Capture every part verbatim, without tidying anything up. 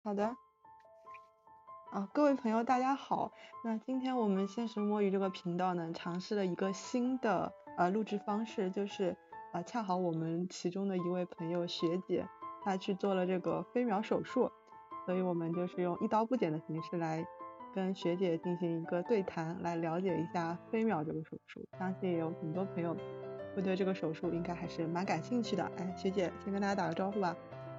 好的。啊，各位朋友，大家好。那今天我们现实摸鱼这个频道呢，尝试了一个新的呃录制方式，就是呃恰好我们其中的一位朋友学姐，她去做了这个飞秒手术，所以我们就是用一刀不剪的形式来跟学姐进行一个对谈，来了解一下飞秒这个手术。相信有很多朋友会对这个手术应该还是蛮感兴趣的。哎，学姐先跟大家打个招呼吧。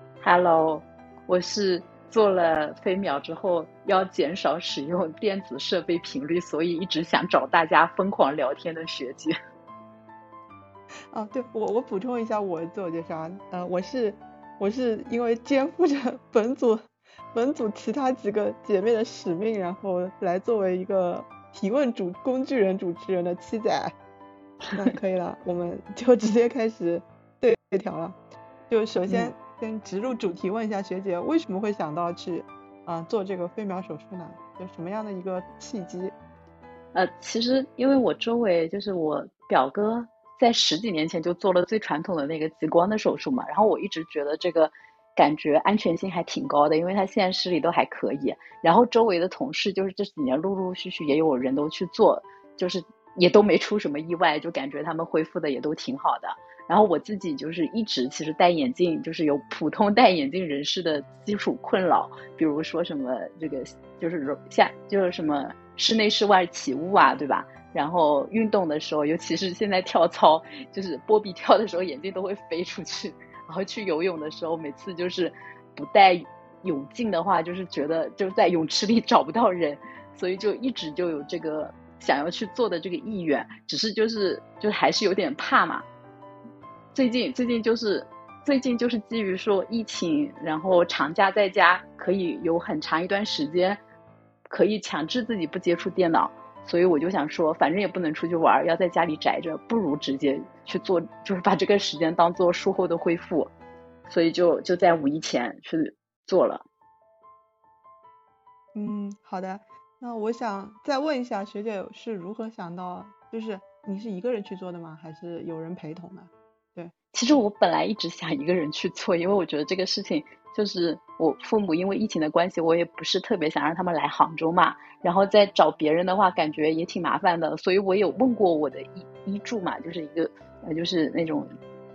Hello，我是做了飞秒之后要减少使用电子设备频率，所以一直想找大家疯狂聊天的学姐。 哦，对，我我补充一下我自我介绍啊，呃，我是我是因为肩负着本组本组其他几个姐妹的使命，然后来作为一个提问主工具人主持人的七仔。那可以了，我们就直接开始对对调了。就首先嗯， 先直入主题，问一下学姐为什么会想到去啊、呃做这个飞秒手术呢？就什么样的一个契机？ 呃，其实因为我周围就是我表哥在十几年前就做了最传统的那个激光的手术嘛，然后我一直觉得这个感觉安全性还挺高的，因为他现在视力都还可以。然后周围的同事就是这几年陆陆续续也有人都去做，就是也都没出什么意外，就感觉他们恢复的也都挺好的。然后我自己就是一直其实戴眼镜，就是有普通戴眼镜人士的基础困扰，比如说什么这个就是下就是什么室内室外起雾啊，对吧？然后运动的时候，尤其是现在跳操，就是波比跳的时候，眼镜都会飞出去。然后去游泳的时候，每次就是不戴泳镜的话，就是觉得就是在泳池里找不到人，所以就一直就有这个想要去做的这个意愿，只是就是就还是有点怕嘛。最近最近就是最近就是基于说疫情，然后长假在家可以有很长一段时间可以强制自己不接触电脑，所以我就想说，反正也不能出去玩，要在家里宅着，不如直接去做，就是把这个时间当做术后的恢复，所以就就在五一前去做了。 嗯，好的。那我想再问一下，学姐是如何想到，就是你是一个人去做的吗？还是有人陪同的？对。 其实我本来一直想一个人去做，因为我觉得这个事情就是我父母因为疫情的关系，我也不是特别想让他们来杭州嘛，然后再找别人的话，感觉也挺麻烦的，所以我有问过我的医医助嘛，就是一个呃，就是那种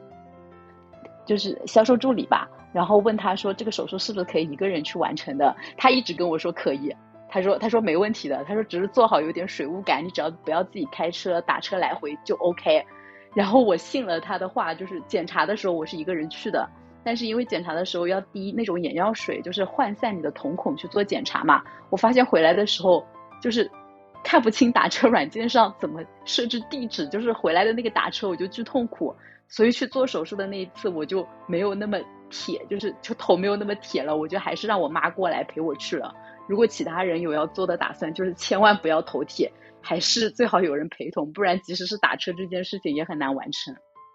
就是销售助理吧，然后问他说这个手术是不是可以一个人去完成的，他一直跟我说可以，他说他说没问题的，他说只是做好有点水雾感，你只要不要自己开车打车来回就 OK。然后我信了他的话，就是检查的时候我是一个人去的，但是因为检查的时候要滴那种眼药水，就是涣散你的瞳孔去做检查嘛，我发现回来的时候就是看不清打车软件上怎么设置地址，就是回来的那个打车我就巨痛苦，所以去做手术的那一次我就没有那么铁，就是就头没有那么铁了，我就还是让我妈过来陪我去了。如果其他人有要做的打算，就是千万不要头铁，还是最好有人陪同，不然即使是打车这件事情也很难完成。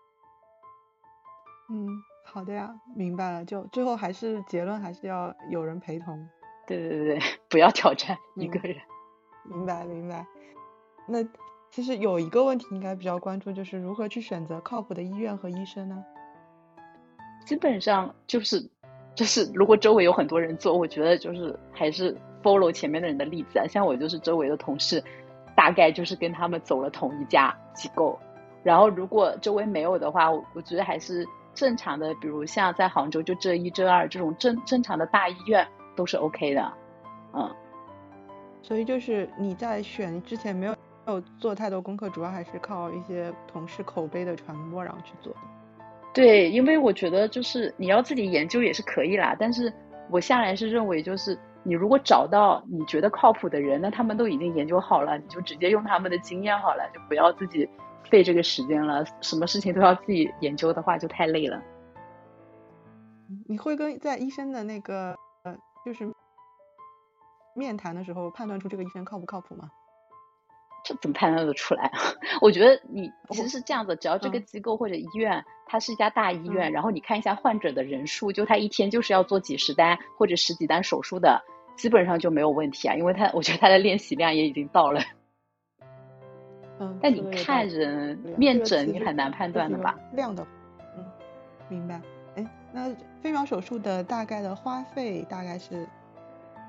嗯，好的呀，明白了。就最后还是结论还是要有人陪同。 对对对对，不要挑战一个明人。 明白明白。那其实有一个问题应该比较关注，就是如何去选择靠谱的医院和医生呢？ 基本上就是就是如果周围有很多人做，我觉得就是还是 follow 前面的人的例子啊。像我就是周围的同事，大概就是跟他们走了同一家机构。然后如果周围没有的话，我我觉得还是正常的，比如像在杭州就浙一、浙二这种正正常的大医院都是 OK 的。嗯， 所以就是你在选之前没有没有做太多功课，主要还是靠一些同事口碑的传播然后去做。 对，因为我觉得就是你要自己研究也是可以啦，但是我下来是认为，就是你如果找到你觉得靠谱的人，那他们都已经研究好了，你就直接用他们的经验好了，就不要自己费这个时间了。什么事情都要自己研究的话，就太累了。 你会跟在医生的那个呃，就是面谈的时候判断出这个医生靠不靠谱吗？ 这怎么判断得出来？我觉得你其实我是这样子，只要这个嗯机构或者医院它是一家大医嗯院，然后你看一下患者的人数，就他一天就是要做几十单或者十几单手术的，基本上就没有问题啊，因为他我觉得他的练习量也已经到了。 嗯， 但你说的有道看人理啊，这面个其实诊你很难判就是一个断的吧？ 量的。嗯，明白。哎，那飞秒手术的大概的花费大概是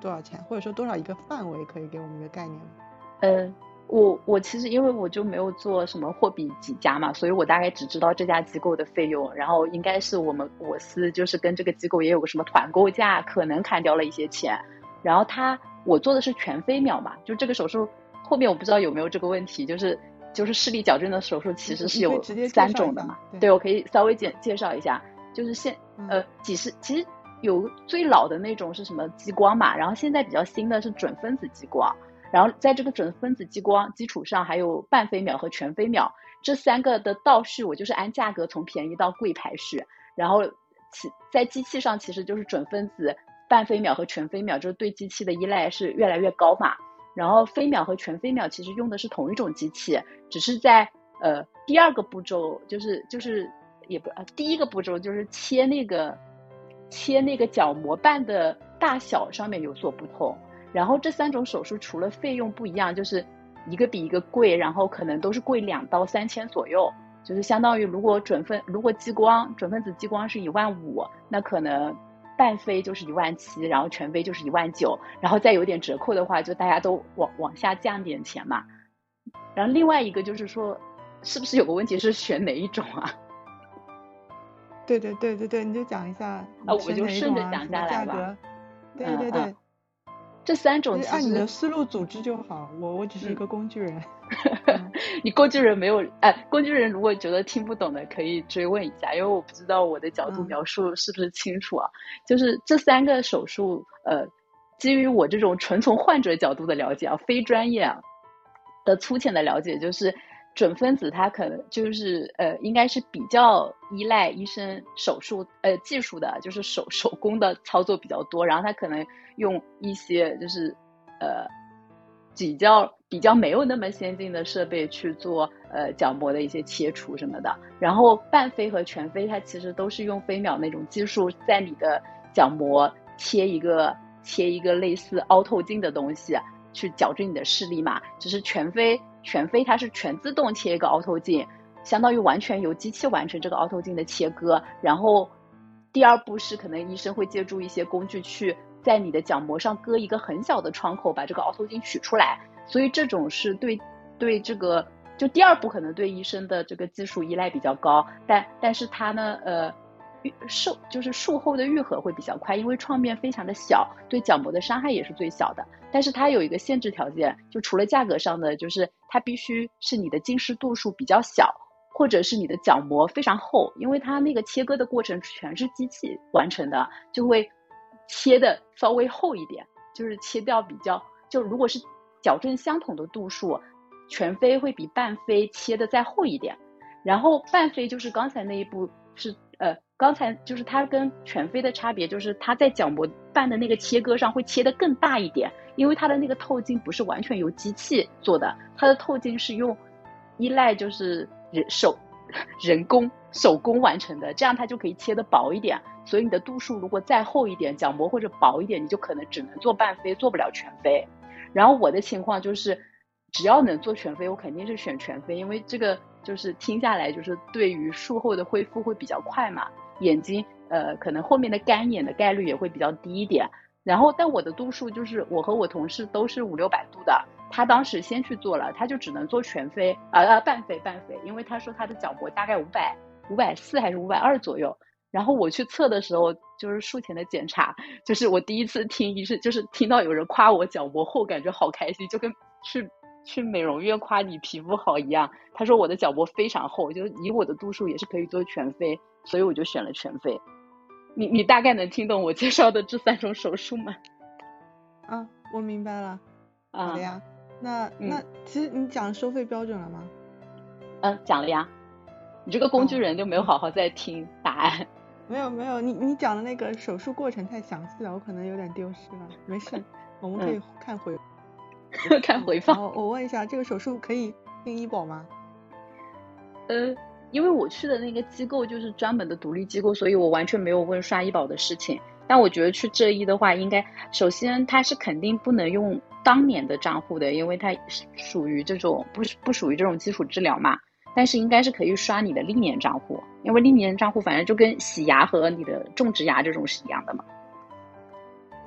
多少钱，或者说多少一个范围，可以给我们一个概念吗？ 呃，我我其实因为我就没有做什么货比几家嘛，所以我大概只知道这家机构的费用，然后应该是我们我司就是跟这个机构也有个什么团购价，可能砍掉了一些钱。然后他我做的是全飞秒嘛，就这个手术后面我不知道有没有这个问题，就是就是视力矫正的手术其实是有三种的嘛。对, 对，我可以稍微介介绍一下，就是现呃几十其实有最老的那种是什么激光嘛，然后现在比较新的是准分子激光。然后在这个准分子激光基础上，还有半飞秒和全飞秒这三个的倒序，我就是按价格从便宜到贵排序。然后其在机器上，其实就是准分子、半飞秒和全飞秒，就是对机器的依赖是越来越高嘛。然后飞秒和全飞秒其实用的是同一种机器，只是在呃第二个步骤，就是就是也不呃第一个步骤就是切那个切那个角膜瓣的大小上面有所不同。然后这三种手术除了费用不一样，就是一个比一个贵，然后可能都是贵两到三千左右，就是相当于如果准分如果激光准分子激光是一万五，那可能半飞就是一万七，然后全飞就是一万九，然后再有点折扣的话，就大家都往往下降点钱嘛。然后另外一个就是说，是不是有个问题是选哪一种啊？ 对对对对对，你就讲一下啊， 我就顺着讲下来吧。 对对对。 嗯这三种其实按你的思路组织就好，我我只是一个工具人。 嗯、你工具人没有哎，工具人如果觉得听不懂的可以追问一下，因为我不知道我的角度描述是不是清楚啊。嗯、就是这三个手术，呃，基于我这种纯从患者角度的了解啊，非专业啊的粗浅的了解，就是准分子它可能就是呃，应该是比较依赖医生手术呃技术的，就是手手工的操作比较多，然后它可能用一些就是呃比较比较没有那么先进的设备去做呃角膜的一些切除什么的。然后半飞和全飞它其实都是用飞秒那种技术，在你的角膜切一个切一个类似凹透镜的东西去矫正你的视力嘛，只是全飞全飞它是全自动切一个凹透镜，相当于完全由机器完成这个凹透镜的切割。然后第二步是可能医生会借助一些工具去在你的角膜上割一个很小的窗口，把这个凹透镜取出来。所以这种是对对这个就第二步可能对医生的这个技术依赖比较高，但但是它呢呃术就是术后的愈合会比较快，因为创面非常的小，对角膜的伤害也是最小的。但是它有一个限制条件，就除了价格上的，就是它必须是你的近视度数比较小，或者是你的角膜非常厚，因为它那个切割的过程全是机器完成的，就会切的稍微厚一点，就是切掉比较就如果是矫正相同的度数，全飞会比半飞切的再厚一点。然后半飞就是刚才那一步是呃，刚才就是它跟全飞的差别，就是它在角膜瓣的那个切割上会切得更大一点，因为它的那个透镜不是完全由机器做的，它的透镜是用依赖就是人手人工手工完成的，这样它就可以切得薄一点。所以你的度数如果再厚一点，角膜或者薄一点，你就可能只能做半飞，做不了全飞。然后我的情况就是只要能做全飞，我肯定是选全飞，因为这个就是听下来就是对于术后的恢复会比较快嘛，眼睛呃可能后面的干眼的概率也会比较低一点。然后但我的度数就是我和我同事都是五六百度的，他当时先去做了，他就只能做全飞啊呃半飞半飞，因为他说他的角膜大概五百五百四还是五百二左右。然后我去测的时候，就是术前的检查，就是我第一次听医生，就是听到有人夸我角膜厚，感觉好开心，就跟去去美容院夸你皮肤好一样。他说我的角膜非常厚，就以我的度数也是可以做全飞，所以我就选了全飞。你你大概能听懂我介绍的这三种手术吗？ 啊，我明白了。 啊、 好的呀。那、嗯、那其实你讲收费标准了吗？ 嗯，讲了呀。你这个工具人就没有好好在听答案。哦没有没有，你你讲的那个手术过程太详细了，我可能有点丢失了。没事，我们可以看回、 嗯、看回放。 然后我问一下，这个手术可以订医保吗？ 呃，因为我去的那个机构就是专门的独立机构，所以我完全没有问刷医保的事情。但我觉得去浙医的话，应该首先它是肯定不能用当年的账户的，因为它属于这种不不属于这种基础治疗嘛。但是应该是可以刷你的历年账户，因为历年账户反正就跟洗牙和你的种植牙这种是一样的嘛。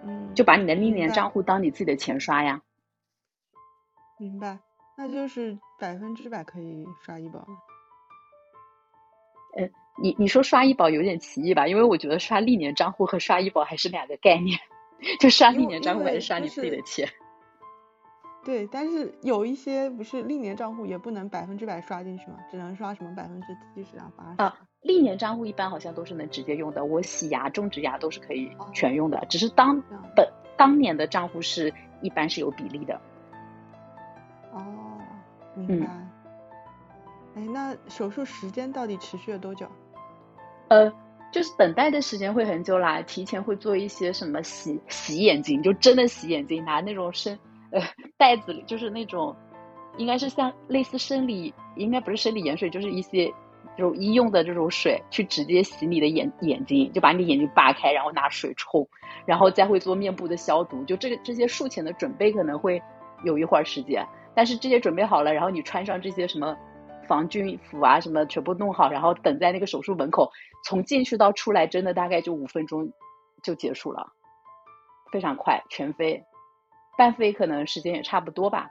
嗯， 就把你的历明白年账户当你自己的钱刷呀。 明白，那就是百分之百可以刷医保了。 呃，你你说刷医保有点歧义吧？因为我觉得刷历年账户和刷医保还是两个概念，就刷历因为年账户还是因为刷你自己的就是钱。 对，但是有一些不是历年账户也不能百分之百刷进去嘛，只能刷什么百分之七十啊、八十啊， 啊。 历年账户一般好像都是能直接用的，我洗牙、种植牙都是可以哦， 全用的，只是当这样的。 本当年的账户是一般是有比例的。 哦，明白。 嗯， 哎，那手术时间到底持续了多久？ 呃，就是等待的时间会很久啦，提前会做一些什么洗洗眼睛，就真的洗眼睛，拿那种生呃袋子里，就是那种应该是像类似生理，应该不是生理盐水，就是一些这种医用的这种水，去直接洗你的眼眼睛，就把你的眼睛扒开，然后拿水冲，然后再会做面部的消毒，就这个这些术前的准备可能会有一会儿时间，但是这些准备好了，然后你穿上这些什么防菌服啊什么全部弄好，然后等在那个手术门口，从进去到出来真的大概就五分钟就结束了，非常快，全飞，半飞可能时间也差不多吧。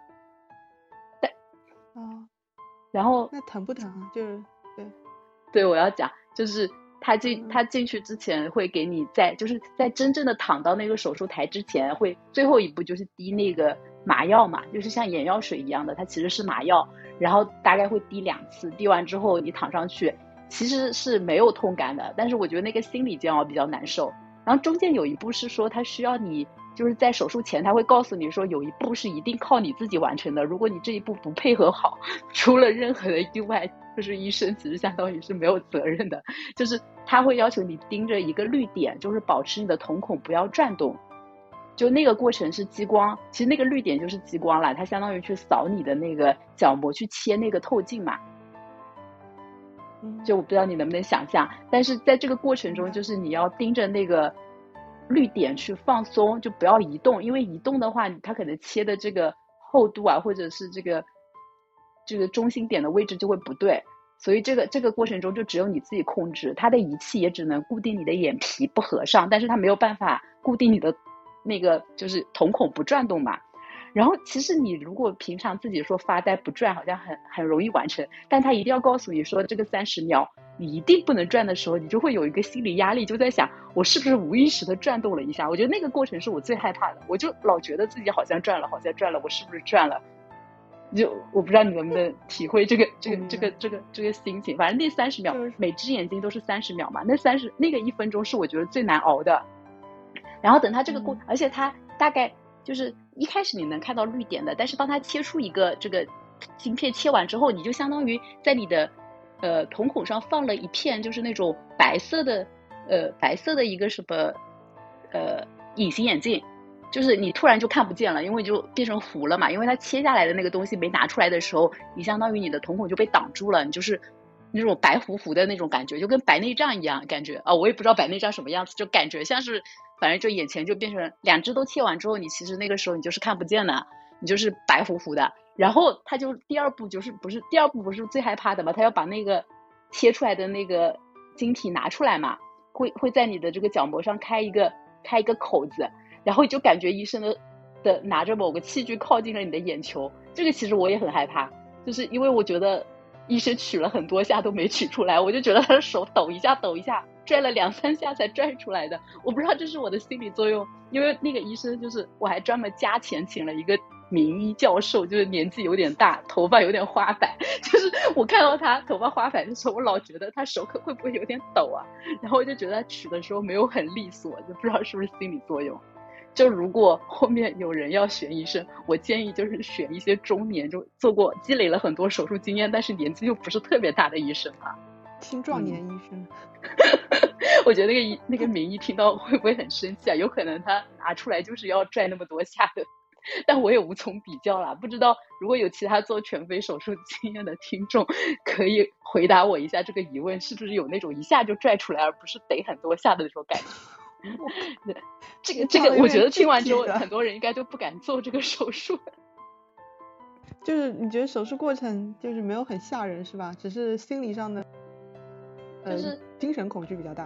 哦， 然后那疼不疼啊？就是对， 对，我要讲，就是他进嗯他进去之前会给你在就是在真正的躺到那个手术台之前，会最后一步就是滴那个麻药嘛，就是像眼药水一样的，它其实是麻药，然后大概会滴两次，滴完之后你躺上去，其实是没有痛感的，但是我觉得那个心理煎熬比较难受。然后中间有一步是说他需要你就是在手术前他会告诉你说有一步是一定靠你自己完成的，如果你这一步不配合好，出了任何的意外，就是医生其实相当于是没有责任的，就是他会要求你盯着一个绿点，就是保持你的瞳孔不要转动。就那个过程是激光，其实那个绿点就是激光了，它相当于去扫你的那个角膜，去切那个透镜嘛。 嗯， 就我不知道你能不能想象，但是在这个过程中， 明白。 就是你要盯着那个绿点去放松，就不要移动，因为移动的话，它可能切的这个厚度啊，或者是这个这个中心点的位置就会不对，所以这个这个过程中就只有你自己控制，它的仪器也只能固定你的眼皮不合上，但是它没有办法固定你的那个就是瞳孔不转动嘛。然后其实你如果平常自己说发呆不转，好像很很容易完成，但他一定要告诉你说这个三十秒你一定不能转的时候，你就会有一个心理压力，就在想我是不是无意识的转动了一下。我觉得那个过程是我最害怕的，我就老觉得自己好像转了，好像转了，我是不是转了？就我不知道你能不能体会这个这个这个这个这个心情。反正那三十秒， 就是每只眼睛都是三十秒嘛，那三十那个一分钟是我觉得最难熬的。然后等它这个过， 嗯而且它大概就是一开始你能看到绿点的，但是当它切出一个这个芯片切完之后，你就相当于在你的呃瞳孔上放了一片就是那种白色的呃白色的一个什么呃隐形眼镜，就是你突然就看不见了，因为就变成糊了嘛，因为它切下来的那个东西没拿出来的时候，你相当于你的瞳孔就被挡住了，你就是那种白乎乎的那种感觉，就跟白内障一样感觉啊，我也不知道白内障什么样子，就感觉像是反正就眼前就变成两只都切完之后，你其实那个时候你就是看不见的，你就是白乎乎的。然后他就第二步就是不是第二步不是最害怕的嘛，他要把那个切出来的那个晶体拿出来嘛，会会在你的这个角膜上开一个开一个口子，然后就感觉医生的的拿着某个器具靠近了你的眼球，这个其实我也很害怕，就是因为我觉得医生取了很多下都没取出来，我就觉得他的手抖一下抖一下，拽了两三下才拽出来的。我不知道这是我的心理作用，因为那个医生就是我还专门加钱请了一个名医教授，就是年纪有点大，头发有点花白，就是我看到他头发花白的时候，我老觉得他手可会不会有点抖啊，然后我就觉得他取的时候没有很利索，就不知道是不是心理作用。就如果后面有人要选医生，我建议就是选一些中年就做过积累了很多手术经验，但是年纪又不是特别大的医生啊。 青壮年医生。 我觉得那个那个名医听到会不会很生气啊？有可能他拿出来就是要拽那么多下的，但我也无从比较啦。不知道如果有其他做全非手术经验的听众，可以回答我一下这个疑问，是不是有那种一下就拽出来，而不是得很多下的那种感觉？这个这个，我觉得听完之后，很多人应该都不敢做这个手术。 就是你觉得手术过程就是没有很吓人是吧？只是心理上的， 就是、 呃、精神恐惧比较大。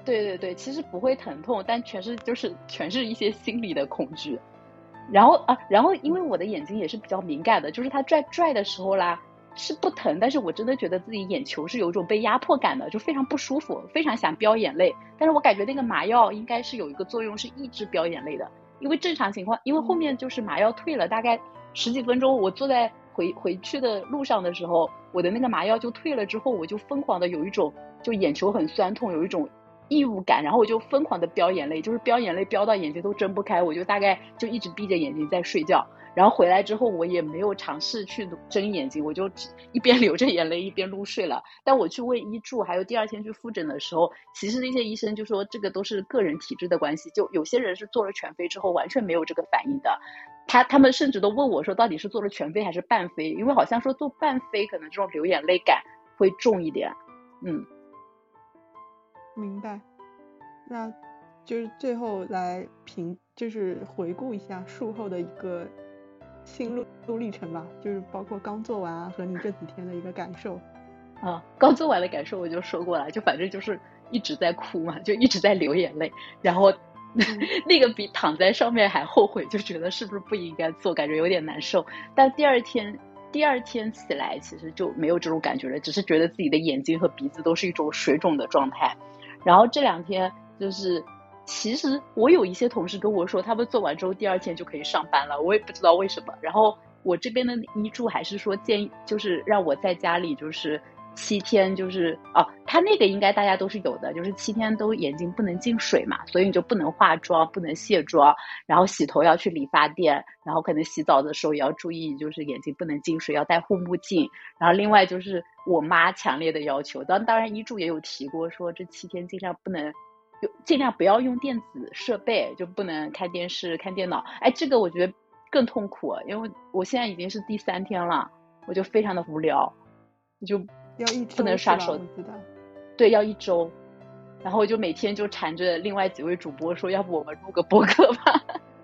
对对对，其实不会疼痛，但全是就是全是一些心理的恐惧。然后啊，然后因为我的眼睛也是比较敏感的，就是它拽拽的时候啦，是不疼，但是我真的觉得自己眼球是有一种被压迫感的，就非常不舒服，非常想飙眼泪。但是我感觉那个麻药应该是有一个作用，是抑制飙眼泪的。因为正常情况，因为后面就是麻药退了，大概十几分钟，我坐在回回去的路上的时候，我的那个麻药就退了之后，我就疯狂的有一种就眼球很酸痛，有一种异物感，然后我就疯狂的飙眼泪，就是飙眼泪飙到眼睛都睁不开，我就大概就一直闭着眼睛在睡觉。然后回来之后我也没有尝试去睁眼睛，我就一边流着眼泪一边入睡了。但我去问医助还有第二天去复诊的时候，其实那些医生就说这个都是个人体质的关系，就有些人是做了全飞之后完全没有这个反应的。他他们甚至都问我说到底是做了全飞还是半飞，因为好像说做半飞可能这种流眼泪感会重一点。嗯， 明白。那就是最后来评，就是回顾一下术后的一个心路历程吧，就是包括刚做完啊和你这几天的一个感受。 啊，刚做完的感受我就说过了，就反正就是一直在哭嘛，就一直在流眼泪，然后、嗯、那个比躺在上面还后悔，就觉得是不是不应该做，感觉有点难受。但第二天第二天起来其实就没有这种感觉了，只是觉得自己的眼睛和鼻子都是一种水肿的状态。然后这两天就是其实我有一些同事跟我说他们做完之后第二天就可以上班了，我也不知道为什么。然后我这边的医助还是说建议就是让我在家里就是七天，就是哦，他那个应该大家都是有的，就是七天都眼睛不能进水嘛，所以你就不能化妆不能卸妆，然后洗头要去理发店，然后可能洗澡的时候也要注意就是眼睛不能进水，要戴护目镜。然后另外就是我妈强烈的要求，当当然医助也有提过说这七天尽量不能尽量不要用电子设备，就不能看电视看电脑。哎，这个我觉得更痛苦，因为我现在已经是第三天了，我就非常的无聊，就要一周不能刷手，对，要一周。然后我就每天就缠着另外几位主播说，要不我们录个播客吧，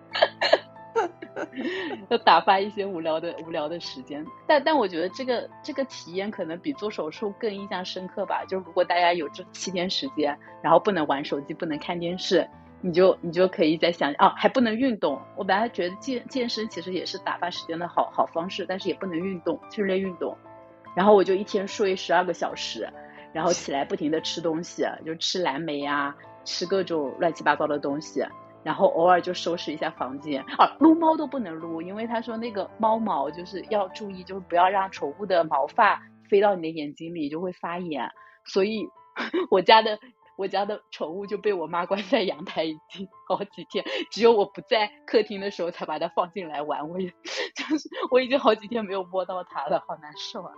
要打发一些无聊的无聊的时间。但但我觉得这个这个体验可能比做手术更印象深刻吧。就如果大家有这七天时间，然后不能玩手机，不能看电视，你就你就可以在想啊，还不能运动。我本来觉得健健身其实也是打发时间的好好方式，但是也不能运动，剧烈运动。然后我就一天睡十二个小时，然后起来不停的吃东西，就吃蓝莓啊，吃各种乱七八糟的东西，然后偶尔就收拾一下房间。啊，撸猫都不能撸，因为他说那个猫毛就是要注意，就是不要让宠物的毛发飞到你的眼睛里，就会发炎。所以我家的我家的宠物就被我妈关在阳台已经好几天，只有我不在客厅的时候才把它放进来玩。我也就是我已经好几天没有摸到它了，好难受啊。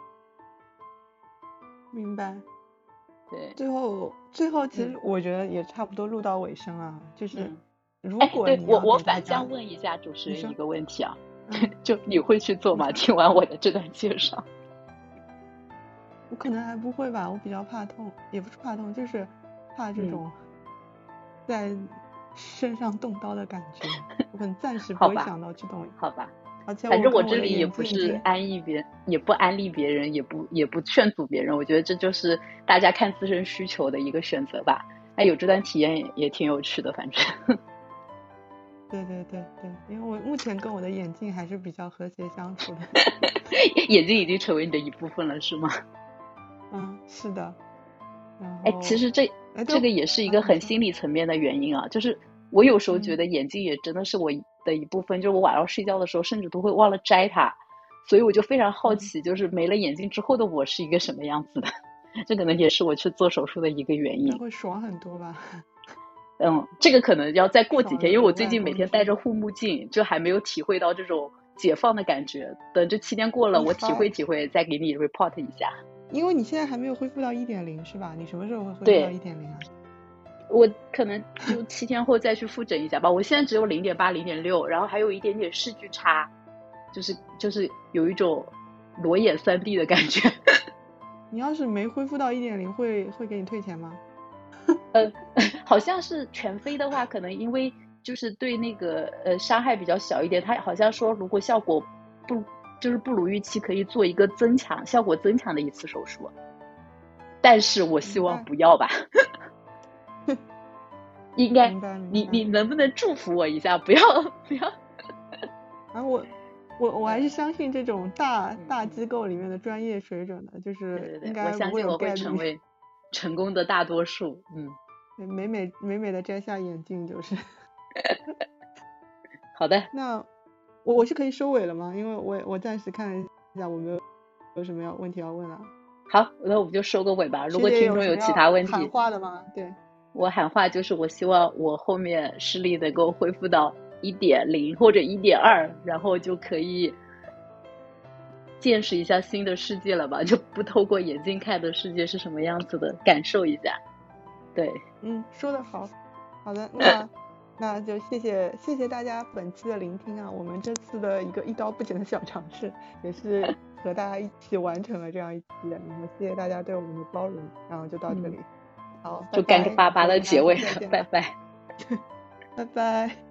明白。 对， 最后最后其实我觉得也差不多录到尾声了、嗯、就是如果你要、哎、对我我反向问一下主持人一个问题啊， 嗯、 就你会去做吗？听完我的这段介绍， 我可能还不会吧，我比较怕痛，也不是怕痛，就是怕这种在身上动刀的感觉，嗯、我可能暂时不会想到去动。 好吧。 而且反正我这里也不是安利别人，也不安利别人，也不也不劝阻别人。我觉得这就是大家看自身需求的一个选择吧。那有这段体验 也, 也挺有趣的，反正。 对对对对，因为我目前跟我的眼镜还是比较和谐相处的。 眼镜已经成为你的一部分了，是吗？ 嗯，是的。然后， 哎，其实这这个也是一个很心理层面的原因啊，就是我有时候觉得眼镜也真的是我的一部分，嗯、就是我晚上睡觉的时候甚至都会忘了摘它，所以我就非常好奇，就是没了眼镜之后的我是一个什么样子的。这可能也是我去做手术的一个原因。 会爽很多吧？ 嗯，这个可能要再过几天，因为我最近每天戴着护目镜，就还没有体会到这种解放的感觉。等这七天过了，我体会体会，再给你 report 一下。 因为你现在还没有恢复到 一点零 是吧？你什么时候会恢复到 一点零 啊？ 我可能就七天后再去复诊一下吧。我现在只有 零点八 零点六， 然后还有一点点视距差，就是就是有一种裸眼 三 D 的感觉。 你要是没恢复到 一点零 会会给你退钱吗？ 呃好像是全飞的话，可能因为就是对那个呃伤害比较小一点，他好像说如果效果不就是不如预期，可以做一个增强效果增强的一次手术，但是我希望不要吧。 应该明白明白。 你你能不能祝福我一下？不要不要。 啊，我我我还是相信这种大嗯大机构里面的专业水准的，就对是对对， 应我该不会有相信我会概率。 成为成功的大多数。嗯， 对美美美美的摘下眼镜就是。 好的， 那我我是可以收尾了吗？因为我我暂时看了一下，我没有有什么要问题要问了。 好，那我们就收个尾吧。如果学姐听众有其有什么要喊他问题， 话的吗？对， 我喊话就是我希望我后面视力能够恢复到一点零或者一点二，然后就可以见识一下新的世界了吧，就不透过眼镜看的世界是什么样子的，感受一下。对， 嗯，说得好，好的，那那就谢谢谢谢大家本期的聆听啊，我们这次的一个一刀不剪的小尝试，也是和大家一起完成了这样一期的，然后谢谢大家对我们的包容，然后就到这里， 嗯， 好， 就拜拜， 干个巴巴的结尾， 再见拜拜。 拜拜。